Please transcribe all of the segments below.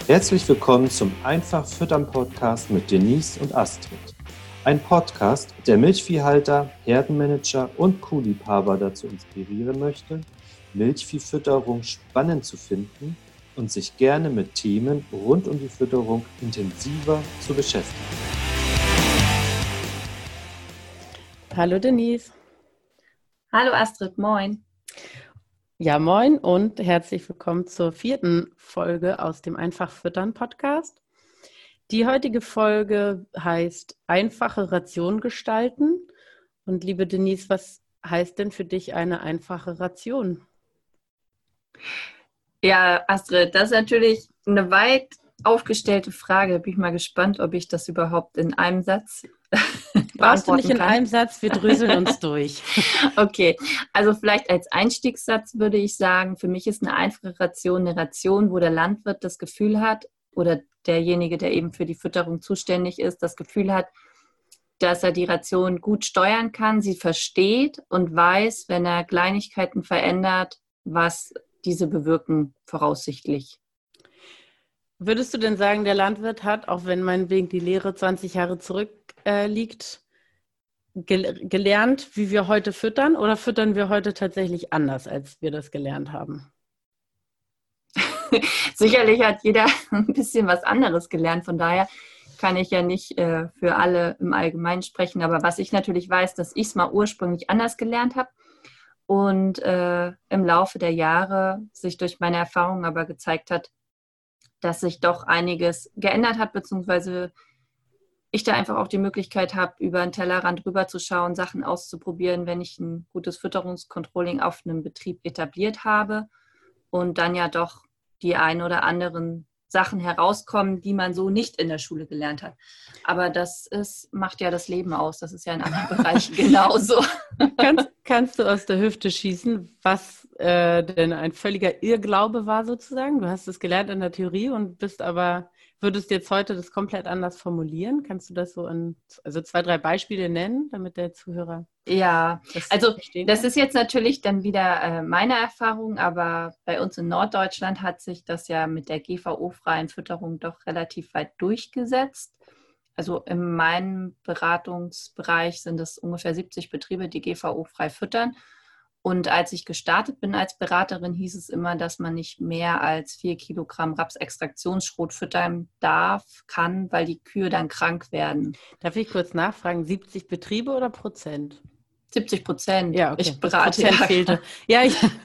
Herzlich willkommen zum Einfach Füttern Podcast mit Denise und Astrid. Ein Podcast, der Milchviehhalter, Herdenmanager und Kuhliebhaber dazu inspirieren möchte, Milchviehfütterung spannend zu finden und sich gerne mit Themen rund um die Fütterung intensiver zu beschäftigen. Hallo Denise. Hallo Astrid, moin. Ja, moin und herzlich willkommen zur 4. Folge aus dem Einfach Füttern Podcast. Die heutige Folge heißt Einfache Ration gestalten. Und liebe Denise, was heißt denn für dich eine einfache Ration? Ja, Astrid, das ist natürlich eine weit aufgestellte Frage. Da bin ich mal gespannt, ob ich das überhaupt in einem Satz Brauchst du nicht in kann. einem Satz, wir dröseln uns durch. Okay, also vielleicht als Einstiegssatz würde ich sagen, für mich ist eine einfache Ration eine Ration, wo der Landwirt das Gefühl hat oder derjenige, der eben für die Fütterung zuständig ist, das Gefühl hat, dass er die Ration gut steuern kann, sie versteht und weiß, wenn er Kleinigkeiten verändert, was diese bewirken voraussichtlich. Würdest du denn sagen, der Landwirt hat, auch wenn meinetwegen die Lehre 20 Jahre zurückliegt, gelernt, wie wir heute füttern, oder füttern wir heute tatsächlich anders, als wir das gelernt haben? Sicherlich hat jeder ein bisschen was anderes gelernt, von daher kann ich ja nicht für alle im Allgemeinen sprechen, aber was ich natürlich weiß, dass ich es mal ursprünglich anders gelernt habe und im Laufe der Jahre sich durch meine Erfahrungen aber gezeigt hat, dass sich doch einiges geändert hat, beziehungsweise ich da einfach auch die Möglichkeit habe, über den Tellerrand rüber zu schauen, Sachen auszuprobieren, wenn ich ein gutes Fütterungscontrolling auf einem Betrieb etabliert habe und dann ja doch die ein oder anderen Sachen herauskommen, die man so nicht in der Schule gelernt hat. Aber macht ja das Leben aus. Das ist ja in anderen Bereichen genauso. Kannst du aus der Hüfte schießen, was denn ein völliger Irrglaube war sozusagen? Du hast es gelernt in der Theorie und würdest jetzt heute das komplett anders formulieren? Kannst du das so also 2, 3 Beispiele nennen, damit der Zuhörer das ist jetzt natürlich dann wieder meine Erfahrung, aber bei uns in Norddeutschland hat sich das ja mit der GVO-freien Fütterung doch relativ weit durchgesetzt. Also in meinem Beratungsbereich sind es ungefähr 70 Betriebe, die GVO-frei füttern. Und als ich gestartet bin als Beraterin, hieß es immer, dass man nicht mehr als 4 Kilogramm Rapsextraktionsschrot füttern kann, weil die Kühe dann krank werden. Darf ich kurz nachfragen, 70 Betriebe oder Prozent? 70%. Ja, okay. Ich berate Prozent fehlte. Ja.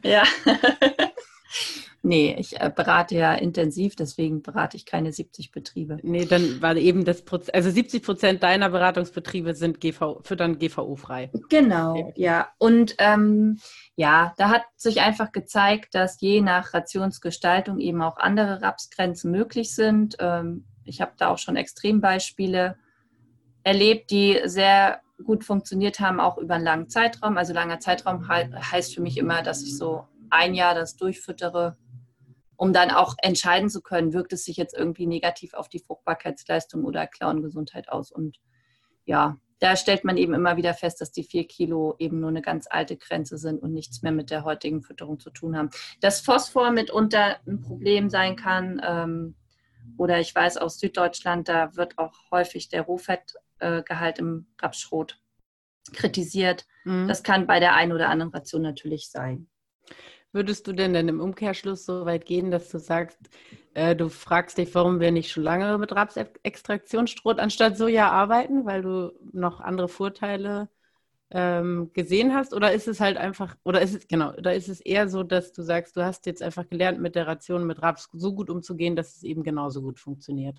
Nee, ich berate ja intensiv, deswegen berate ich keine 70 Betriebe. Nee, dann war eben das also 70% deiner Beratungsbetriebe füttern GVO-frei. Genau, okay. Ja. Und da hat sich einfach gezeigt, dass je nach Rationsgestaltung eben auch andere Rapsgrenzen möglich sind. Ich habe da auch schon Extrembeispiele erlebt, die sehr gut funktioniert haben, auch über einen langen Zeitraum. Also langer Zeitraum heißt für mich immer, dass ich so ein Jahr das durchfüttere, um dann auch entscheiden zu können, wirkt es sich jetzt irgendwie negativ auf die Fruchtbarkeitsleistung oder Klauengesundheit aus. Und ja, da stellt man eben immer wieder fest, dass die 4 Kilo eben nur eine ganz alte Grenze sind und nichts mehr mit der heutigen Fütterung zu tun haben. Dass Phosphor mitunter ein Problem sein kann, oder ich weiß aus Süddeutschland, da wird auch häufig der Rohfettgehalt im Rapsschrot kritisiert. Mhm. Das kann bei der einen oder anderen Ration natürlich sein. Würdest du denn im Umkehrschluss so weit gehen, dass du sagst, du fragst dich, warum wir nicht schon lange mit Rapsextraktionsschrot anstatt Soja arbeiten, weil du noch andere Vorteile gesehen hast? Oder ist es halt einfach, oder ist es eher so, dass du sagst, du hast jetzt einfach gelernt, mit der Ration mit Raps so gut umzugehen, dass es eben genauso gut funktioniert?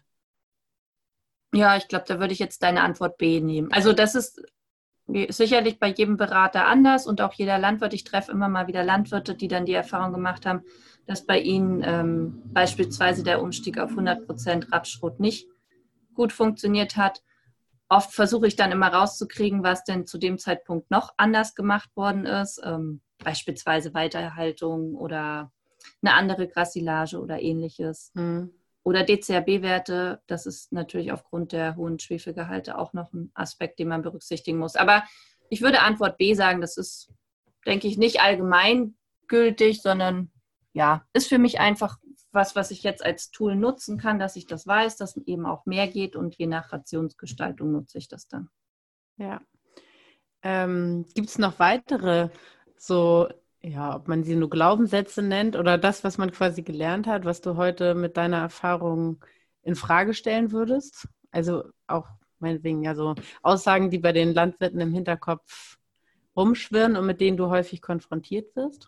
Ja, ich glaube, da würde ich jetzt deine Antwort B nehmen. Also das ist sicherlich bei jedem Berater anders und auch jeder Landwirt. Ich treffe immer mal wieder Landwirte, die dann die Erfahrung gemacht haben, dass bei ihnen beispielsweise der Umstieg auf 100% Rapsschrot nicht gut funktioniert hat. Oft versuche ich dann immer rauszukriegen, was denn zu dem Zeitpunkt noch anders gemacht worden ist. Beispielsweise Weiterhaltung oder eine andere Grassilage oder ähnliches. Mhm. Oder DCAB-Werte, das ist natürlich aufgrund der hohen Schwefelgehalte auch noch ein Aspekt, den man berücksichtigen muss. Aber ich würde Antwort B sagen, das ist, denke ich, nicht allgemeingültig, sondern ja, ist für mich einfach was ich jetzt als Tool nutzen kann, dass ich das weiß, dass eben auch mehr geht und je nach Rationsgestaltung nutze ich das dann. Ja. Gibt es noch weitere, so, ja, ob man sie nur Glaubenssätze nennt oder das, was man quasi gelernt hat, was du heute mit deiner Erfahrung in Frage stellen würdest? Also auch meinetwegen ja so Aussagen, die bei den Landwirten im Hinterkopf rumschwirren und mit denen du häufig konfrontiert wirst?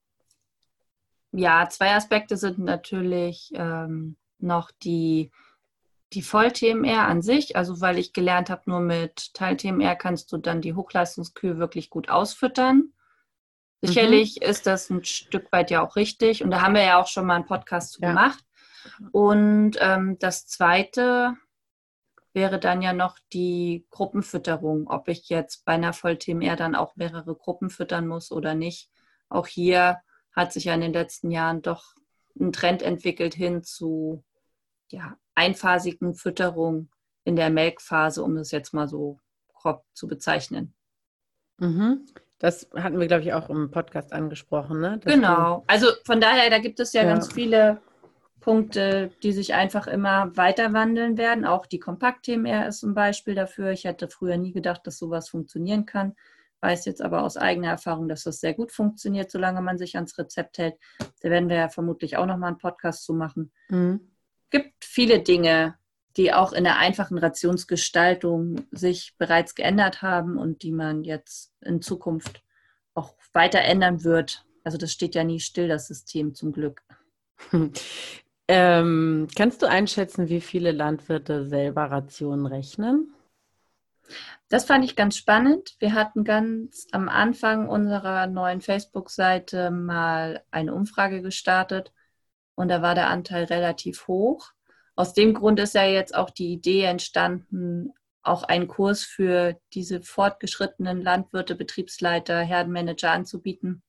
Ja, 2 Aspekte sind natürlich noch die Voll-TMR an sich, also weil ich gelernt habe, nur mit Teil-TMR kannst du dann die Hochleistungskühe wirklich gut ausfüttern. Sicherlich ist das ein Stück weit ja auch richtig und da haben wir ja auch schon mal einen Podcast zu gemacht. Und das Zweite wäre dann ja noch die Gruppenfütterung, ob ich jetzt bei einer Voll-TMR dann auch mehrere Gruppen füttern muss oder nicht. Auch hier hat sich ja in den letzten Jahren doch ein Trend entwickelt hin zu einphasigen Fütterung in der Melkphase, um das jetzt mal so grob zu bezeichnen. Das hatten wir, glaube ich, auch im Podcast angesprochen, ne? Genau. Also von daher, da gibt es ja ganz viele Punkte, die sich einfach immer weiter wandeln werden. Auch die Kompakt-TMR ist ein Beispiel dafür. Ich hätte früher nie gedacht, dass sowas funktionieren kann. Weiß jetzt aber aus eigener Erfahrung, dass das sehr gut funktioniert, solange man sich ans Rezept hält. Da werden wir ja vermutlich auch nochmal einen Podcast zu machen. Gibt viele Dinge, die auch in der einfachen Rationsgestaltung sich bereits geändert haben und die man jetzt in Zukunft auch weiter ändern wird. Also das steht ja nie still, das System, zum Glück. Kannst du einschätzen, wie viele Landwirte selber Rationen rechnen? Das fand ich ganz spannend. Wir hatten ganz am Anfang unserer neuen Facebook-Seite mal eine Umfrage gestartet und da war der Anteil relativ hoch. Aus dem Grund ist ja jetzt auch die Idee entstanden, auch einen Kurs für diese fortgeschrittenen Landwirte, Betriebsleiter, Herdenmanager anzubieten.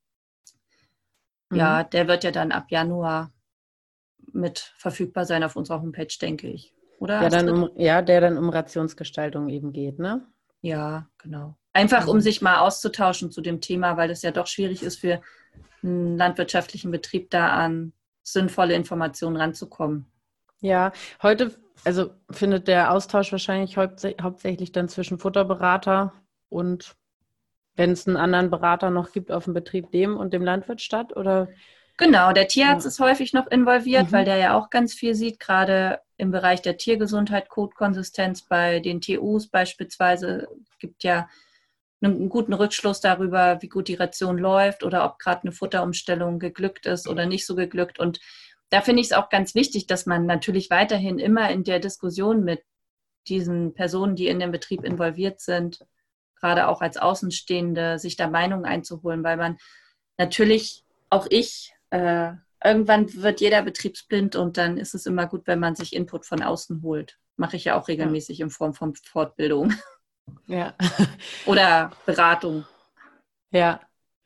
Ja, der wird ja dann ab Januar mit verfügbar sein auf unserer Homepage, denke ich. Oder? Der dann um Rationsgestaltung eben geht, ne? Ja, genau. Einfach um sich mal auszutauschen zu dem Thema, weil es ja doch schwierig ist für einen landwirtschaftlichen Betrieb da an sinnvolle Informationen ranzukommen. Ja, heute findet der Austausch wahrscheinlich hauptsächlich dann zwischen Futterberater und, wenn es einen anderen Berater noch gibt auf dem Betrieb, dem und dem Landwirt statt, oder? Genau, der Tierarzt ist häufig noch involviert, weil der ja auch ganz viel sieht, gerade im Bereich der Tiergesundheit, Kotkonsistenz bei den TUs beispielsweise, gibt ja einen guten Rückschluss darüber, wie gut die Ration läuft oder ob gerade eine Futterumstellung geglückt ist oder nicht so geglückt. Und da finde ich es auch ganz wichtig, dass man natürlich weiterhin immer in der Diskussion mit diesen Personen, die in dem Betrieb involviert sind, gerade auch als Außenstehende, sich da Meinungen einzuholen, weil man natürlich, auch ich, irgendwann wird jeder betriebsblind und dann ist es immer gut, wenn man sich Input von außen holt. Mache ich ja auch regelmäßig in Form von Fortbildung. Ja. Oder Beratung. Ja.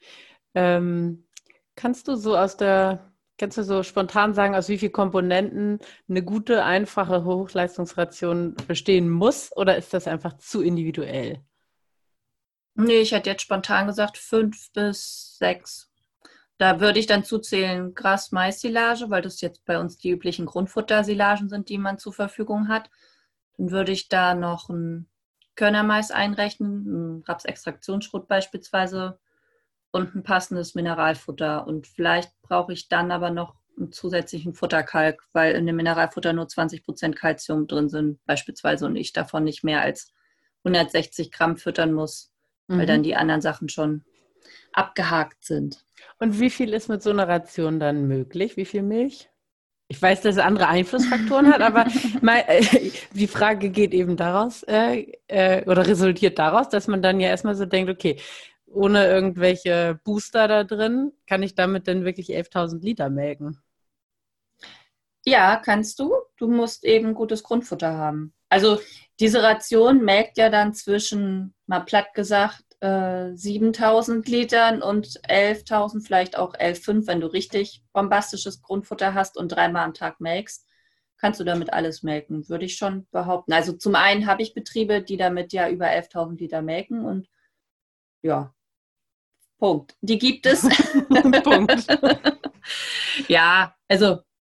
Kannst du so spontan sagen, aus wie vielen Komponenten eine gute, einfache Hochleistungsration bestehen muss, oder ist das einfach zu individuell? Nee, ich hätte jetzt spontan gesagt 5 bis 6. Da würde ich dann zuzählen Gras-Mais-Silage, weil das jetzt bei uns die üblichen Grundfuttersilagen sind, die man zur Verfügung hat. Dann würde ich da noch ein Körnermais einrechnen, ein Rapsextraktionsschrot beispielsweise und ein passendes Mineralfutter. Und vielleicht brauche ich dann aber noch einen zusätzlichen Futterkalk, weil in dem Mineralfutter nur 20% Calcium drin sind beispielsweise und ich davon nicht mehr als 160 Gramm füttern muss, weil dann die anderen Sachen schon abgehakt sind. Und wie viel ist mit so einer Ration dann möglich? Wie viel Milch? Ich weiß, dass es andere Einflussfaktoren hat, aber die Frage geht eben daraus oder resultiert daraus, dass man dann ja erstmal so denkt, okay, ohne irgendwelche Booster da drin, kann ich damit denn wirklich 11.000 Liter melken? Ja, kannst du. Du musst eben gutes Grundfutter haben. Also diese Ration melkt ja dann zwischen, mal platt gesagt, 7.000 Litern und 11.000, vielleicht auch 11,5, wenn du richtig bombastisches Grundfutter hast und 3-mal am Tag melkst, kannst du damit alles melken, würde ich schon behaupten. Also zum einen habe ich Betriebe, die damit ja über 11.000 Liter melken und ja, Punkt. Die gibt es. Punkt. Ja, also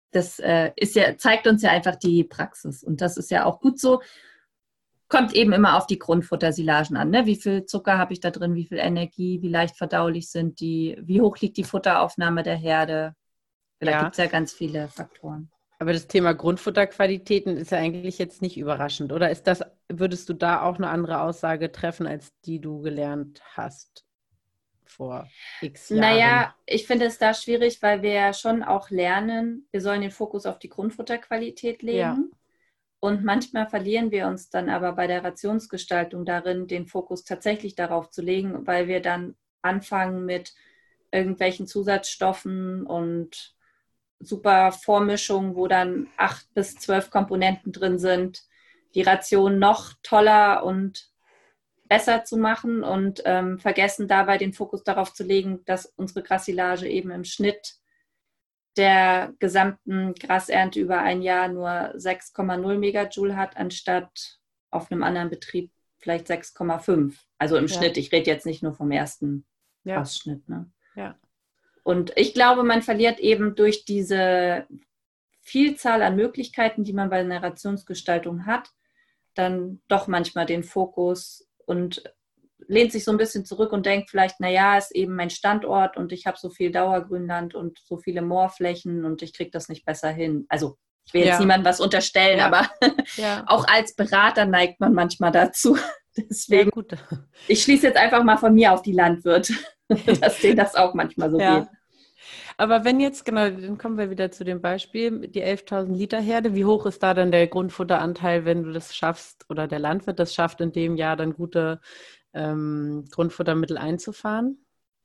Das zeigt uns ja einfach die Praxis. Und das ist ja auch gut so. Kommt eben immer auf die Grundfuttersilagen an. Ne? Wie viel Zucker habe ich da drin, wie viel Energie, wie leicht verdaulich sind die, wie hoch liegt die Futteraufnahme der Herde. Da gibt es ja ganz viele Faktoren. Aber das Thema Grundfutterqualitäten ist ja eigentlich jetzt nicht überraschend. Oder würdest du da auch eine andere Aussage treffen, als die du gelernt hast vor x Jahren? Naja, ich finde es da schwierig, weil wir ja schon auch lernen, wir sollen den Fokus auf die Grundfutterqualität legen. Ja. Und manchmal verlieren wir uns dann aber bei der Rationsgestaltung darin, den Fokus tatsächlich darauf zu legen, weil wir dann anfangen mit irgendwelchen Zusatzstoffen und super Vormischungen, wo dann 8 bis 12 Komponenten drin sind, die Ration noch toller und besser zu machen und vergessen dabei den Fokus darauf zu legen, dass unsere Grassilage eben im Schnitt der gesamten Grasernte über ein Jahr nur 6,0 Megajoule hat, anstatt auf einem anderen Betrieb vielleicht 6,5. Also im Schnitt, ich rede jetzt nicht nur vom ersten Grasschnitt. Ne? Ja. Und ich glaube, man verliert eben durch diese Vielzahl an Möglichkeiten, die man bei einer Rationsgestaltung hat, dann doch manchmal den Fokus und lehnt sich so ein bisschen zurück und denkt vielleicht, naja, ist eben mein Standort und ich habe so viel Dauergrünland und so viele Moorflächen und ich kriege das nicht besser hin. Also ich will jetzt niemandem was unterstellen, aber auch als Berater neigt man manchmal dazu. Deswegen, ich schließe jetzt einfach mal von mir auf die Landwirte, dass denen das auch manchmal so geht. Aber wenn jetzt, dann kommen wir wieder zu dem Beispiel, die 11.000 Liter Herde, wie hoch ist da dann der Grundfutteranteil, wenn du das schaffst oder der Landwirt das schafft, in dem Jahr dann gute Grundfuttermittel einzufahren?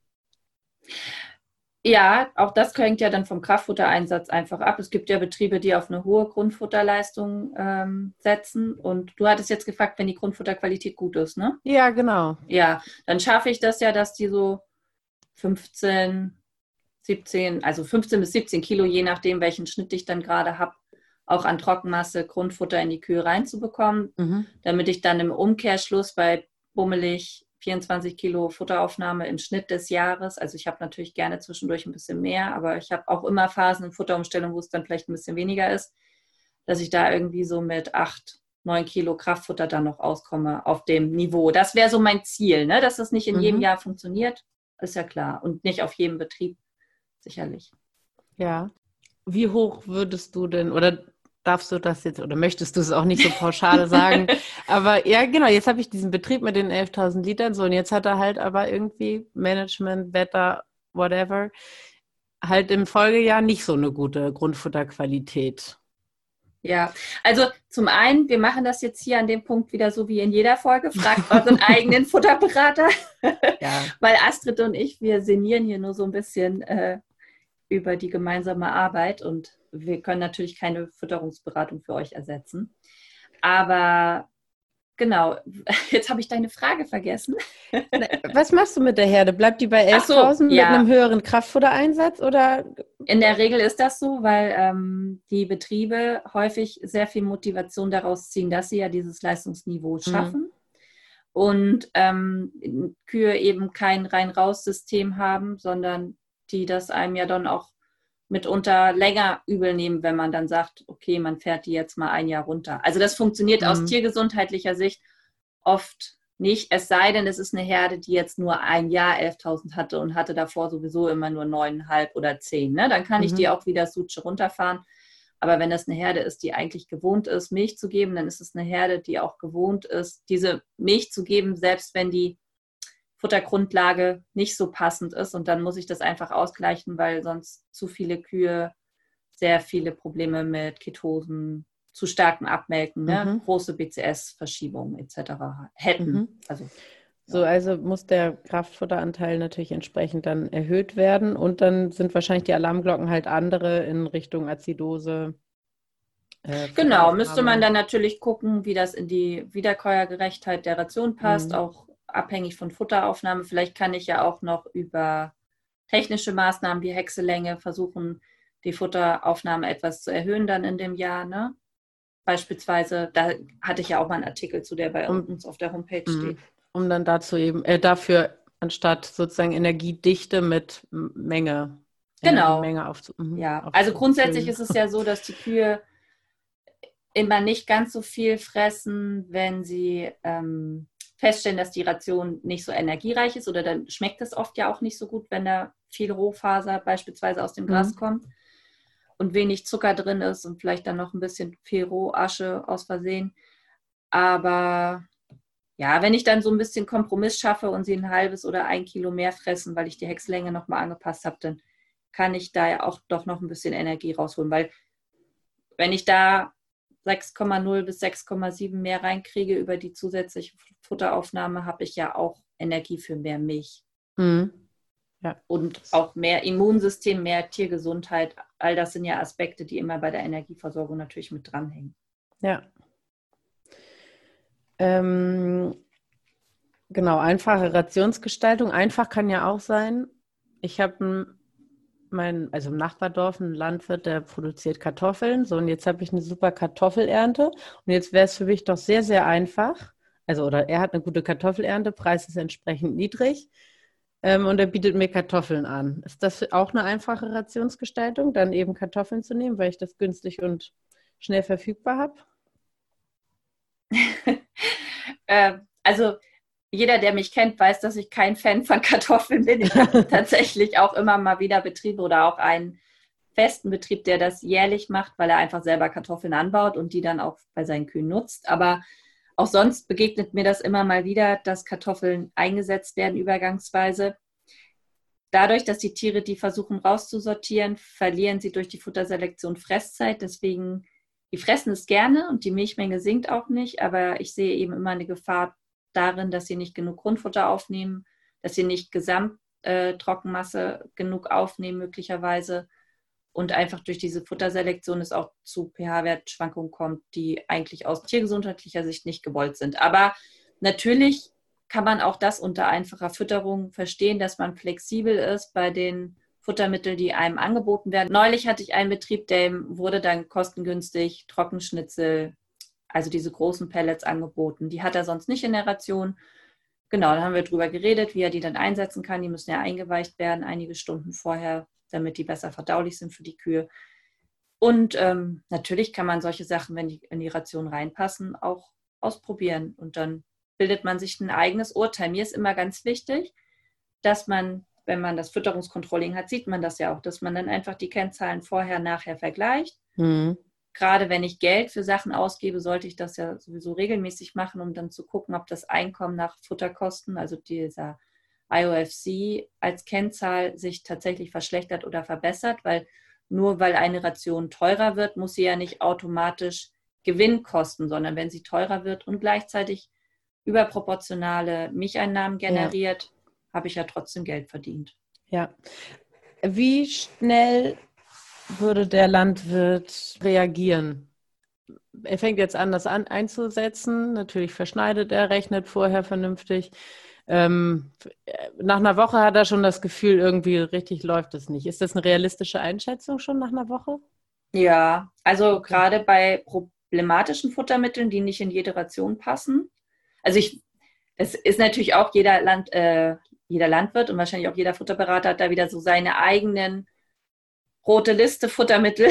Ja, auch das hängt ja dann vom Kraftfuttereinsatz einfach ab. Es gibt ja Betriebe, die auf eine hohe Grundfutterleistung setzen. Und du hattest jetzt gefragt, wenn die Grundfutterqualität gut ist, ne? Ja, genau. Ja, dann schaffe ich das ja, dass die so 15 bis 17 Kilo, je nachdem, welchen Schnitt ich dann gerade habe, auch an Trockenmasse, Grundfutter in die Kühe reinzubekommen, damit ich dann im Umkehrschluss bei bummelig 24 Kilo Futteraufnahme im Schnitt des Jahres, also ich habe natürlich gerne zwischendurch ein bisschen mehr, aber ich habe auch immer Phasen in Futterumstellung, wo es dann vielleicht ein bisschen weniger ist, dass ich da irgendwie so mit 8, 9 Kilo Kraftfutter dann noch auskomme auf dem Niveau. Das wäre so mein Ziel, ne? Dass das nicht in jedem Jahr funktioniert, ist ja klar. Und nicht auf jedem Betrieb, sicherlich. Ja. Wie hoch würdest du denn, oder darfst du das jetzt, oder möchtest du es auch nicht so pauschal sagen? Aber ja, genau, jetzt habe ich diesen Betrieb mit den 11.000 Litern, so, und jetzt hat er halt aber irgendwie Management, Wetter, whatever, halt im Folgejahr nicht so eine gute Grundfutterqualität. Ja, also zum einen, wir machen das jetzt hier an dem Punkt wieder so wie in jeder Folge, fragt euren eigenen Futterberater, weil Astrid und ich, wir sinnieren hier nur so ein bisschen über die gemeinsame Arbeit und wir können natürlich keine Fütterungsberatung für euch ersetzen. Aber genau, jetzt habe ich deine Frage vergessen. Was machst du mit der Herde? Bleibt die bei 11.000 mit einem höheren Kraftfuttereinsatz? Oder? In der Regel ist das so, weil die Betriebe häufig sehr viel Motivation daraus ziehen, dass sie ja dieses Leistungsniveau schaffen. Und Kühe eben kein Rein-Raus-System haben, sondern die das einem ja dann auch mitunter länger übel nehmen, wenn man dann sagt, okay, man fährt die jetzt mal ein Jahr runter. Also das funktioniert aus tiergesundheitlicher Sicht oft nicht, es sei denn, es ist eine Herde, die jetzt nur ein Jahr 11.000 hatte und hatte davor sowieso immer nur 9,5 oder 10. Ne? Dann kann ich die auch wieder Sutsche runterfahren. Aber wenn das eine Herde ist, die eigentlich gewohnt ist, Milch zu geben, dann ist es eine Herde, die auch gewohnt ist, diese Milch zu geben, selbst wenn die Futtergrundlage nicht so passend ist. Und dann muss ich das einfach ausgleichen, weil sonst zu viele Kühe sehr viele Probleme mit Ketosen, zu starkem Abmelken, ne? Große BCS-Verschiebungen etc. hätten. Also muss der Kraftfutteranteil natürlich entsprechend dann erhöht werden und dann sind wahrscheinlich die Alarmglocken halt andere in Richtung Azidose. Genau, müsste man dann natürlich gucken, wie das in die Wiederkäuergerechtheit der Ration passt, auch abhängig von Futteraufnahme. Vielleicht kann ich ja auch noch über technische Maßnahmen wie Häckselänge versuchen, die Futteraufnahme etwas zu erhöhen dann in dem Jahr. Ne? Beispielsweise, da hatte ich ja auch mal einen Artikel zu, der bei uns auf der Homepage steht. Um dann dafür anstatt sozusagen Energiedichte mit Menge Energiemenge Ja, also grundsätzlich ist es ja so, dass die Kühe immer nicht ganz so viel fressen, wenn sie feststellen, dass die Ration nicht so energiereich ist, oder dann schmeckt es oft ja auch nicht so gut, wenn da viel Rohfaser beispielsweise aus dem Gras kommt und wenig Zucker drin ist und vielleicht dann noch ein bisschen viel Rohasche aus Versehen. Aber ja, wenn ich dann so ein bisschen Kompromiss schaffe und sie ein halbes oder 1 Kilo mehr fressen, weil ich die Häckslänge nochmal angepasst habe, dann kann ich da ja auch doch noch ein bisschen Energie rausholen. Weil wenn ich da 6,0 bis 6,7 mehr reinkriege über die zusätzliche Futteraufnahme, habe ich ja auch Energie für mehr Milch. Ja. Und auch mehr Immunsystem, mehr Tiergesundheit. All das sind ja Aspekte, die immer bei der Energieversorgung natürlich mit dranhängen. Ja. Genau, einfache Rationsgestaltung. Einfach kann ja auch sein, ich habe im Nachbardorf einen Landwirt, der produziert Kartoffeln. So, und jetzt habe ich eine super Kartoffelernte. Und jetzt wäre es für mich doch sehr, sehr einfach. Oder er hat eine gute Kartoffelernte, Preis ist entsprechend niedrig. Und er bietet mir Kartoffeln an. Ist das auch eine einfache Rationsgestaltung, dann eben Kartoffeln zu nehmen, weil ich das günstig und schnell verfügbar habe? Also jeder, der mich kennt, weiß, dass ich kein Fan von Kartoffeln bin. Ich habe tatsächlich auch immer mal wieder Betriebe oder auch einen festen Betrieb, der das jährlich macht, weil er einfach selber Kartoffeln anbaut und die dann auch bei seinen Kühen nutzt. Aber auch sonst begegnet mir das immer mal wieder, dass Kartoffeln eingesetzt werden übergangsweise. Dadurch, dass die Tiere die versuchen rauszusortieren, verlieren sie durch die Futterselektion Fresszeit. Deswegen, die fressen es gerne und die Milchmenge sinkt auch nicht. Aber ich sehe eben immer eine Gefahr darin, dass sie nicht genug Grundfutter aufnehmen, dass sie nicht Gesamttrockenmasse genug aufnehmen möglicherweise und einfach durch diese Futterselektion es auch zu pH-Wertschwankungen kommt, die eigentlich aus tiergesundheitlicher Sicht nicht gewollt sind. Aber natürlich kann man auch das unter einfacher Fütterung verstehen, dass man flexibel ist bei den Futtermitteln, die einem angeboten werden. Neulich hatte ich einen Betrieb, dem wurde dann kostengünstig Trockenschnitzel, also diese großen Pellets angeboten. Die hat er sonst nicht in der Ration. Genau, dann haben wir drüber geredet, wie er die dann einsetzen kann. Die müssen ja eingeweicht werden, einige Stunden vorher, damit die besser verdaulich sind für die Kühe. Und natürlich kann man solche Sachen, wenn die in die Ration reinpassen, auch ausprobieren. Und dann bildet man sich ein eigenes Urteil. Mir ist immer ganz wichtig, dass man, wenn man das Fütterungscontrolling hat, sieht man das ja auch, dass man dann einfach die Kennzahlen vorher, nachher vergleicht. Gerade wenn ich Geld für Sachen ausgebe, sollte ich das ja sowieso regelmäßig machen, um dann zu gucken, ob das Einkommen nach Futterkosten, also dieser IOFC als Kennzahl, sich tatsächlich verschlechtert oder verbessert, weil nur weil eine Ration teurer wird, muss sie ja nicht automatisch Gewinn kosten, sondern wenn sie teurer wird und gleichzeitig überproportionale Milcheinnahmen generiert, habe ich ja trotzdem Geld verdient. Ja. Wie schnell würde der Landwirt reagieren? Er fängt jetzt an, das einzusetzen. Natürlich verschneidet er, rechnet vorher vernünftig. Nach einer Woche hat er schon das Gefühl, irgendwie richtig läuft es nicht. Ist das eine realistische Einschätzung schon nach einer Woche? Ja, also gerade bei problematischen Futtermitteln, die nicht in jede Ration passen. Also es ist natürlich auch jeder Landwirt und wahrscheinlich auch jeder Futterberater hat da wieder so seine eigenen rote Liste Futtermittel,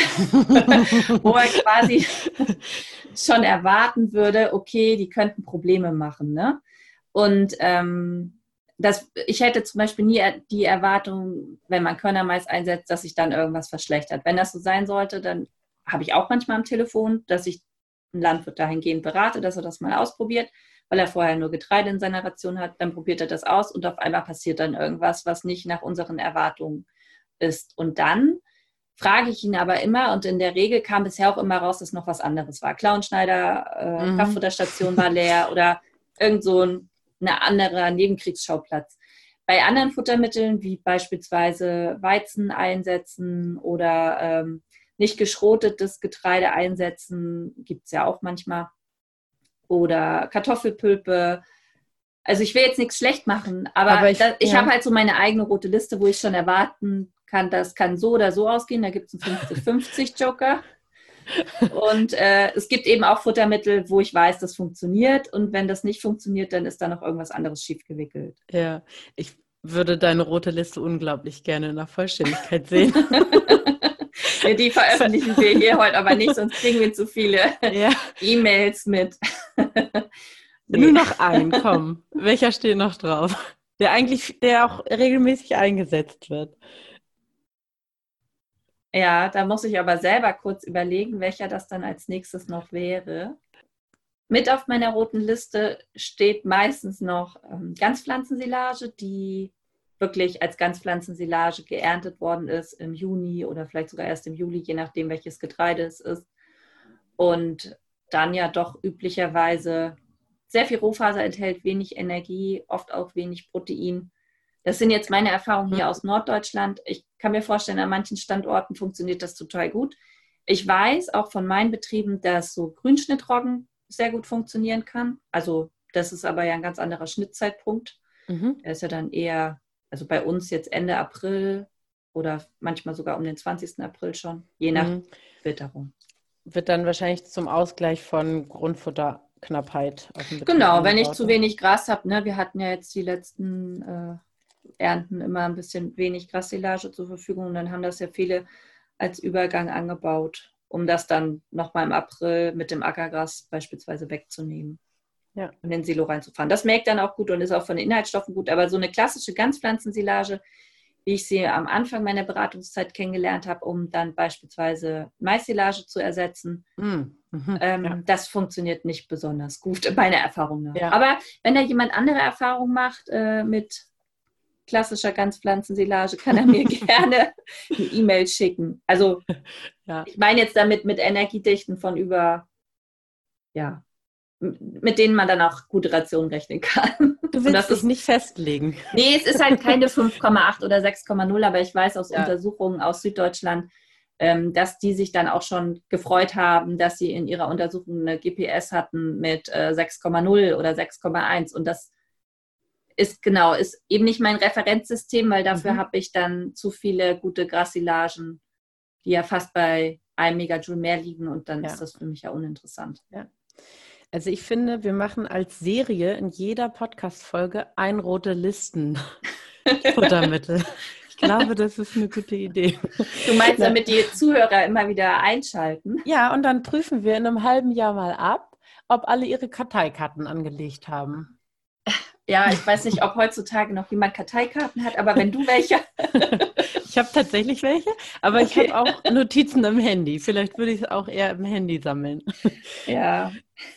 wo er quasi schon erwarten würde, okay, die könnten Probleme machen, ne? Und ich hätte zum Beispiel nie die Erwartung, wenn man Körnermais einsetzt, dass sich dann irgendwas verschlechtert. Wenn das so sein sollte, dann habe ich auch manchmal am Telefon, dass ich einen Landwirt dahingehend berate, dass er das mal ausprobiert, weil er vorher nur Getreide in seiner Ration hat. Dann probiert er das aus und auf einmal passiert dann irgendwas, was nicht nach unseren Erwartungen ist. Und dann frage ich ihn aber immer, und in der Regel kam bisher auch immer raus, dass noch was anderes war. Klauenschneider, Kraftfutterstation war leer oder irgend so ein anderer Nebenkriegsschauplatz. Bei anderen Futtermitteln, wie beispielsweise Weizen einsetzen oder nicht geschrotetes Getreide einsetzen, gibt es ja auch manchmal, oder Kartoffelpülpe. Also ich will jetzt nichts schlecht machen, aber ich habe halt so meine eigene rote Liste, wo ich schon erwarten kann, das kann so oder so ausgehen. Da gibt es einen 50-50-Joker. Und es gibt eben auch Futtermittel, wo ich weiß, das funktioniert. Und wenn das nicht funktioniert, dann ist da noch irgendwas anderes schief gewickelt. Ja, würde deine rote Liste unglaublich gerne in der Vollständigkeit sehen. Die veröffentlichen wir hier heute aber nicht, sonst kriegen wir zu viele E-Mails mit. Nur noch einen, komm. Welcher steht noch drauf? Der auch regelmäßig eingesetzt wird. Ja, da muss ich aber selber kurz überlegen, welcher das dann als nächstes noch wäre. Mit auf meiner roten Liste steht meistens noch Ganzpflanzensilage, die wirklich als Ganzpflanzensilage geerntet worden ist im Juni oder vielleicht sogar erst im Juli, je nachdem, welches Getreide es ist. Und dann ja doch üblicherweise sehr viel Rohfaser enthält, wenig Energie, oft auch wenig Protein. Das sind jetzt meine Erfahrungen hier aus Norddeutschland. Ich kann mir vorstellen, an manchen Standorten funktioniert das total gut. Ich weiß auch von meinen Betrieben, dass so Grünschnittroggen sehr gut funktionieren kann. Also das ist aber ja ein ganz anderer Schnittzeitpunkt. Der ist ja dann eher, also bei uns jetzt Ende April oder manchmal sogar um den 20. April schon, je nach Witterung. Wird dann wahrscheinlich zum Ausgleich von Grundfutterknappheit auf dem Betrieb. Genau, wenn ich zu wenig Gras habe, ne? Wir hatten ja jetzt die letzten Ernten immer ein bisschen wenig Grassilage zur Verfügung und dann haben das ja viele als Übergang angebaut, um das dann nochmal im April mit dem Ackergras beispielsweise wegzunehmen und in den Silo reinzufahren. Das merkt dann auch gut und ist auch von den Inhaltsstoffen gut, aber so eine klassische Ganzpflanzensilage, wie ich sie am Anfang meiner Beratungszeit kennengelernt habe, um dann beispielsweise Maissilage zu ersetzen, das funktioniert nicht besonders gut, meiner Erfahrung nach. Ja. Aber wenn da jemand andere Erfahrungen macht mit klassischer Ganzpflanzensilage, kann er mir gerne eine E-Mail schicken. Also ich meine jetzt damit mit Energiedichten von über, mit denen man dann auch gute Rationen rechnen kann. Du willst dich nicht festlegen. Nee, es ist halt keine 5,8 oder 6,0, aber ich weiß aus Untersuchungen aus Süddeutschland, dass die sich dann auch schon gefreut haben, dass sie in ihrer Untersuchung eine GPS hatten mit 6,0 oder 6,1 und das ist eben nicht mein Referenzsystem, weil dafür habe ich dann zu viele gute Grassilagen, die ja fast bei 1 Megajoule mehr liegen und dann ist das für mich ja uninteressant. Ja. Also ich finde, wir machen als Serie in jeder Podcast-Folge ein rote Listen-Futtermittel. Ich glaube, das ist eine gute Idee. Du meinst, damit die Zuhörer immer wieder einschalten? Ja, und dann prüfen wir in einem halben Jahr mal ab, ob alle ihre Karteikarten angelegt haben. Ja, ich weiß nicht, ob heutzutage noch jemand Karteikarten hat, aber wenn du welche... Ich habe tatsächlich welche, aber ich habe auch Notizen im Handy. Vielleicht würde ich es auch eher im Handy sammeln. Ja.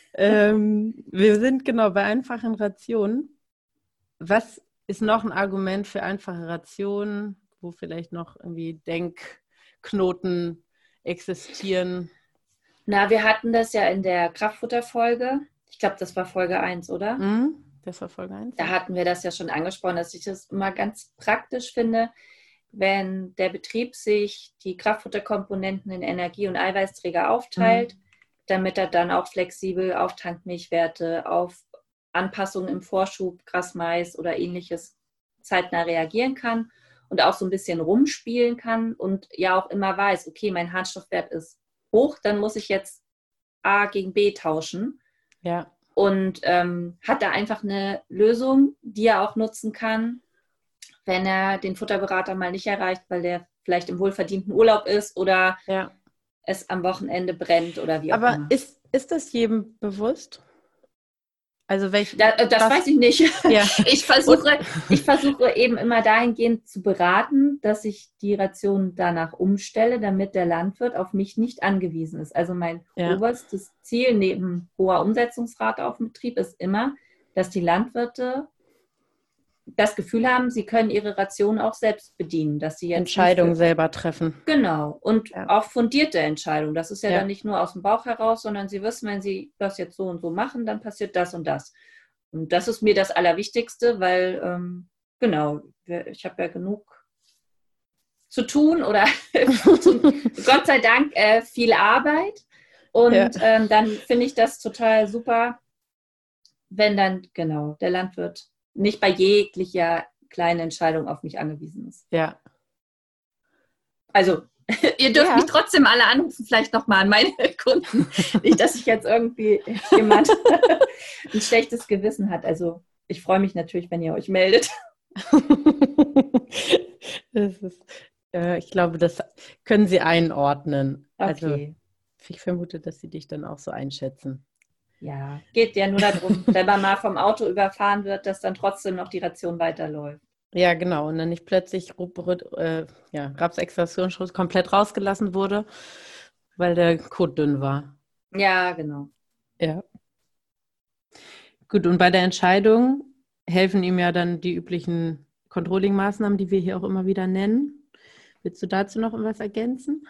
Wir sind genau bei einfachen Rationen. Was ist noch ein Argument für einfache Rationen, wo vielleicht noch irgendwie Denkknoten existieren? Na, wir hatten das ja in der Kraftfutterfolge. Ich glaube, das war Folge 1, oder? Das war Folge 1. Da hatten wir das ja schon angesprochen, dass ich das immer ganz praktisch finde, wenn der Betrieb sich die Kraftfutterkomponenten in Energie- und Eiweißträger aufteilt, damit er dann auch flexibel auf Tankmilchwerte, auf Anpassungen im Vorschub, Gras, Mais oder ähnliches zeitnah reagieren kann und auch so ein bisschen rumspielen kann und ja auch immer weiß, okay, mein Harnstoffwert ist hoch, dann muss ich jetzt A gegen B tauschen. Ja. Und hat da einfach eine Lösung, die er auch nutzen kann, wenn er den Futterberater mal nicht erreicht, weil der vielleicht im wohlverdienten Urlaub ist oder es am Wochenende brennt oder wie auch immer. Aber ist das jedem bewusst? Also das weiß ich nicht. Ja. Ich versuche eben immer dahingehend zu beraten, dass ich die Ration danach umstelle, damit der Landwirt auf mich nicht angewiesen ist. Also mein oberstes Ziel neben hoher Umsetzungsrate auf dem Betrieb ist immer, dass die Landwirte das Gefühl haben, sie können ihre Ration auch selbst bedienen, dass sie jetzt Entscheidungen selber treffen. Genau. Und auch fundierte Entscheidungen. Das ist ja dann nicht nur aus dem Bauch heraus, sondern sie wissen, wenn sie das jetzt so und so machen, dann passiert das und das. Und das ist mir das Allerwichtigste, weil, ich habe ja genug zu tun oder Gott sei Dank viel Arbeit. Und dann finde ich das total super, wenn dann, der Landwirt nicht bei jeglicher kleinen Entscheidung auf mich angewiesen ist. Ja. Also, ihr dürft mich trotzdem alle anrufen, vielleicht nochmal an meine Kunden. Nicht, dass sich jetzt irgendwie jemand ein schlechtes Gewissen hat. Also, ich freue mich natürlich, wenn ihr euch meldet. Das ist, ich glaube, das können sie einordnen. Okay. Also ich vermute, dass sie dich dann auch so einschätzen. Ja, geht ja nur darum, wenn man mal vom Auto überfahren wird, dass dann trotzdem noch die Ration weiterläuft. Ja, genau. Und dann nicht plötzlich Rapsextraktionsschutz komplett rausgelassen wurde, weil der Kot dünn war. Ja, genau. Ja. Gut, und bei der Entscheidung helfen ihm ja dann die üblichen Controlling-Maßnahmen, die wir hier auch immer wieder nennen. Willst du dazu noch etwas ergänzen?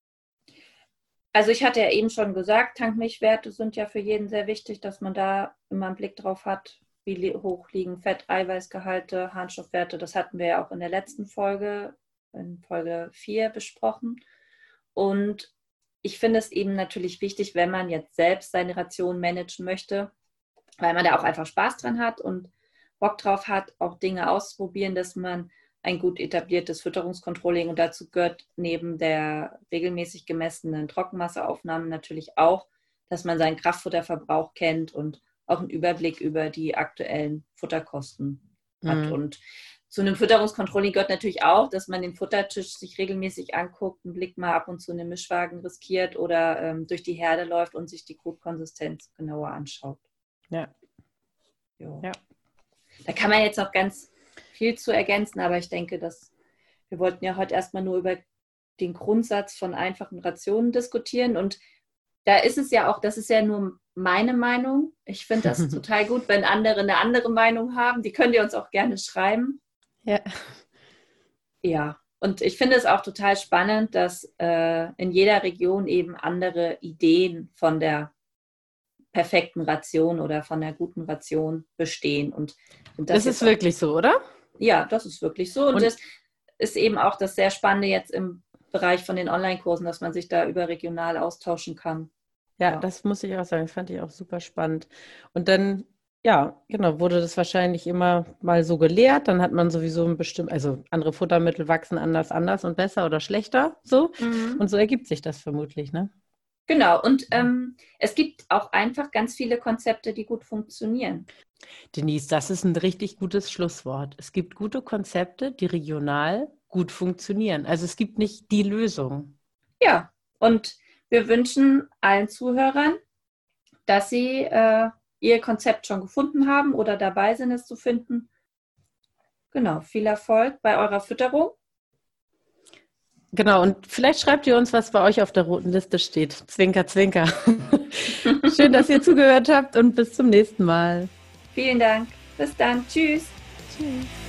Also ich hatte ja eben schon gesagt, Tankmilchwerte sind ja für jeden sehr wichtig, dass man da immer einen Blick drauf hat, wie hoch liegen Fett-, Eiweißgehalte, Harnstoffwerte. Das hatten wir ja auch in der letzten Folge, in Folge 4 besprochen. Und ich finde es eben natürlich wichtig, wenn man jetzt selbst seine Ration managen möchte, weil man da auch einfach Spaß dran hat und Bock drauf hat, auch Dinge auszuprobieren, dass man ein gut etabliertes Fütterungscontrolling, und dazu gehört neben der regelmäßig gemessenen Trockenmasseaufnahme natürlich auch, dass man seinen Kraftfutterverbrauch kennt und auch einen Überblick über die aktuellen Futterkosten hat. Und zu einem Fütterungscontrolling gehört natürlich auch, dass man den Futtertisch sich regelmäßig anguckt, einen Blick mal ab und zu in den Mischwagen riskiert oder durch die Herde läuft und sich die Kotkonsistenz genauer anschaut. Ja. Ja. Da kann man jetzt noch ganz viel zu ergänzen, aber ich denke, wir wollten ja heute erstmal nur über den Grundsatz von einfachen Rationen diskutieren, und da ist es ja auch, das ist ja nur meine Meinung. Ich finde das total gut, wenn andere eine andere Meinung haben. Die könnt ihr uns auch gerne schreiben. Ja. Ja, und ich finde es auch total spannend, dass in jeder Region eben andere Ideen von der perfekten Ration oder von der guten Ration bestehen. Und das ist wirklich so, oder? Ja, das ist wirklich so. Und das ist eben auch das sehr Spannende jetzt im Bereich von den Online-Kursen, dass man sich da überregional austauschen kann. Ja, das muss ich auch sagen. Das fand ich auch super spannend. Und dann, ja, genau, wurde das wahrscheinlich immer mal so gelehrt. Dann hat man sowieso also andere Futtermittel wachsen anders und besser oder schlechter. So. Und so ergibt sich das vermutlich, ne? Genau. Und es gibt auch einfach ganz viele Konzepte, die gut funktionieren. Denise, das ist ein richtig gutes Schlusswort. Es gibt gute Konzepte, die regional gut funktionieren. Also es gibt nicht die Lösung. Ja, und wir wünschen allen Zuhörern, dass sie ihr Konzept schon gefunden haben oder dabei sind, es zu finden. Genau, viel Erfolg bei eurer Fütterung. Genau, und vielleicht schreibt ihr uns, was bei euch auf der roten Liste steht. Zwinker, zwinker. Schön, dass ihr zugehört habt, und bis zum nächsten Mal. Vielen Dank. Bis dann. Tschüss. Tschüss.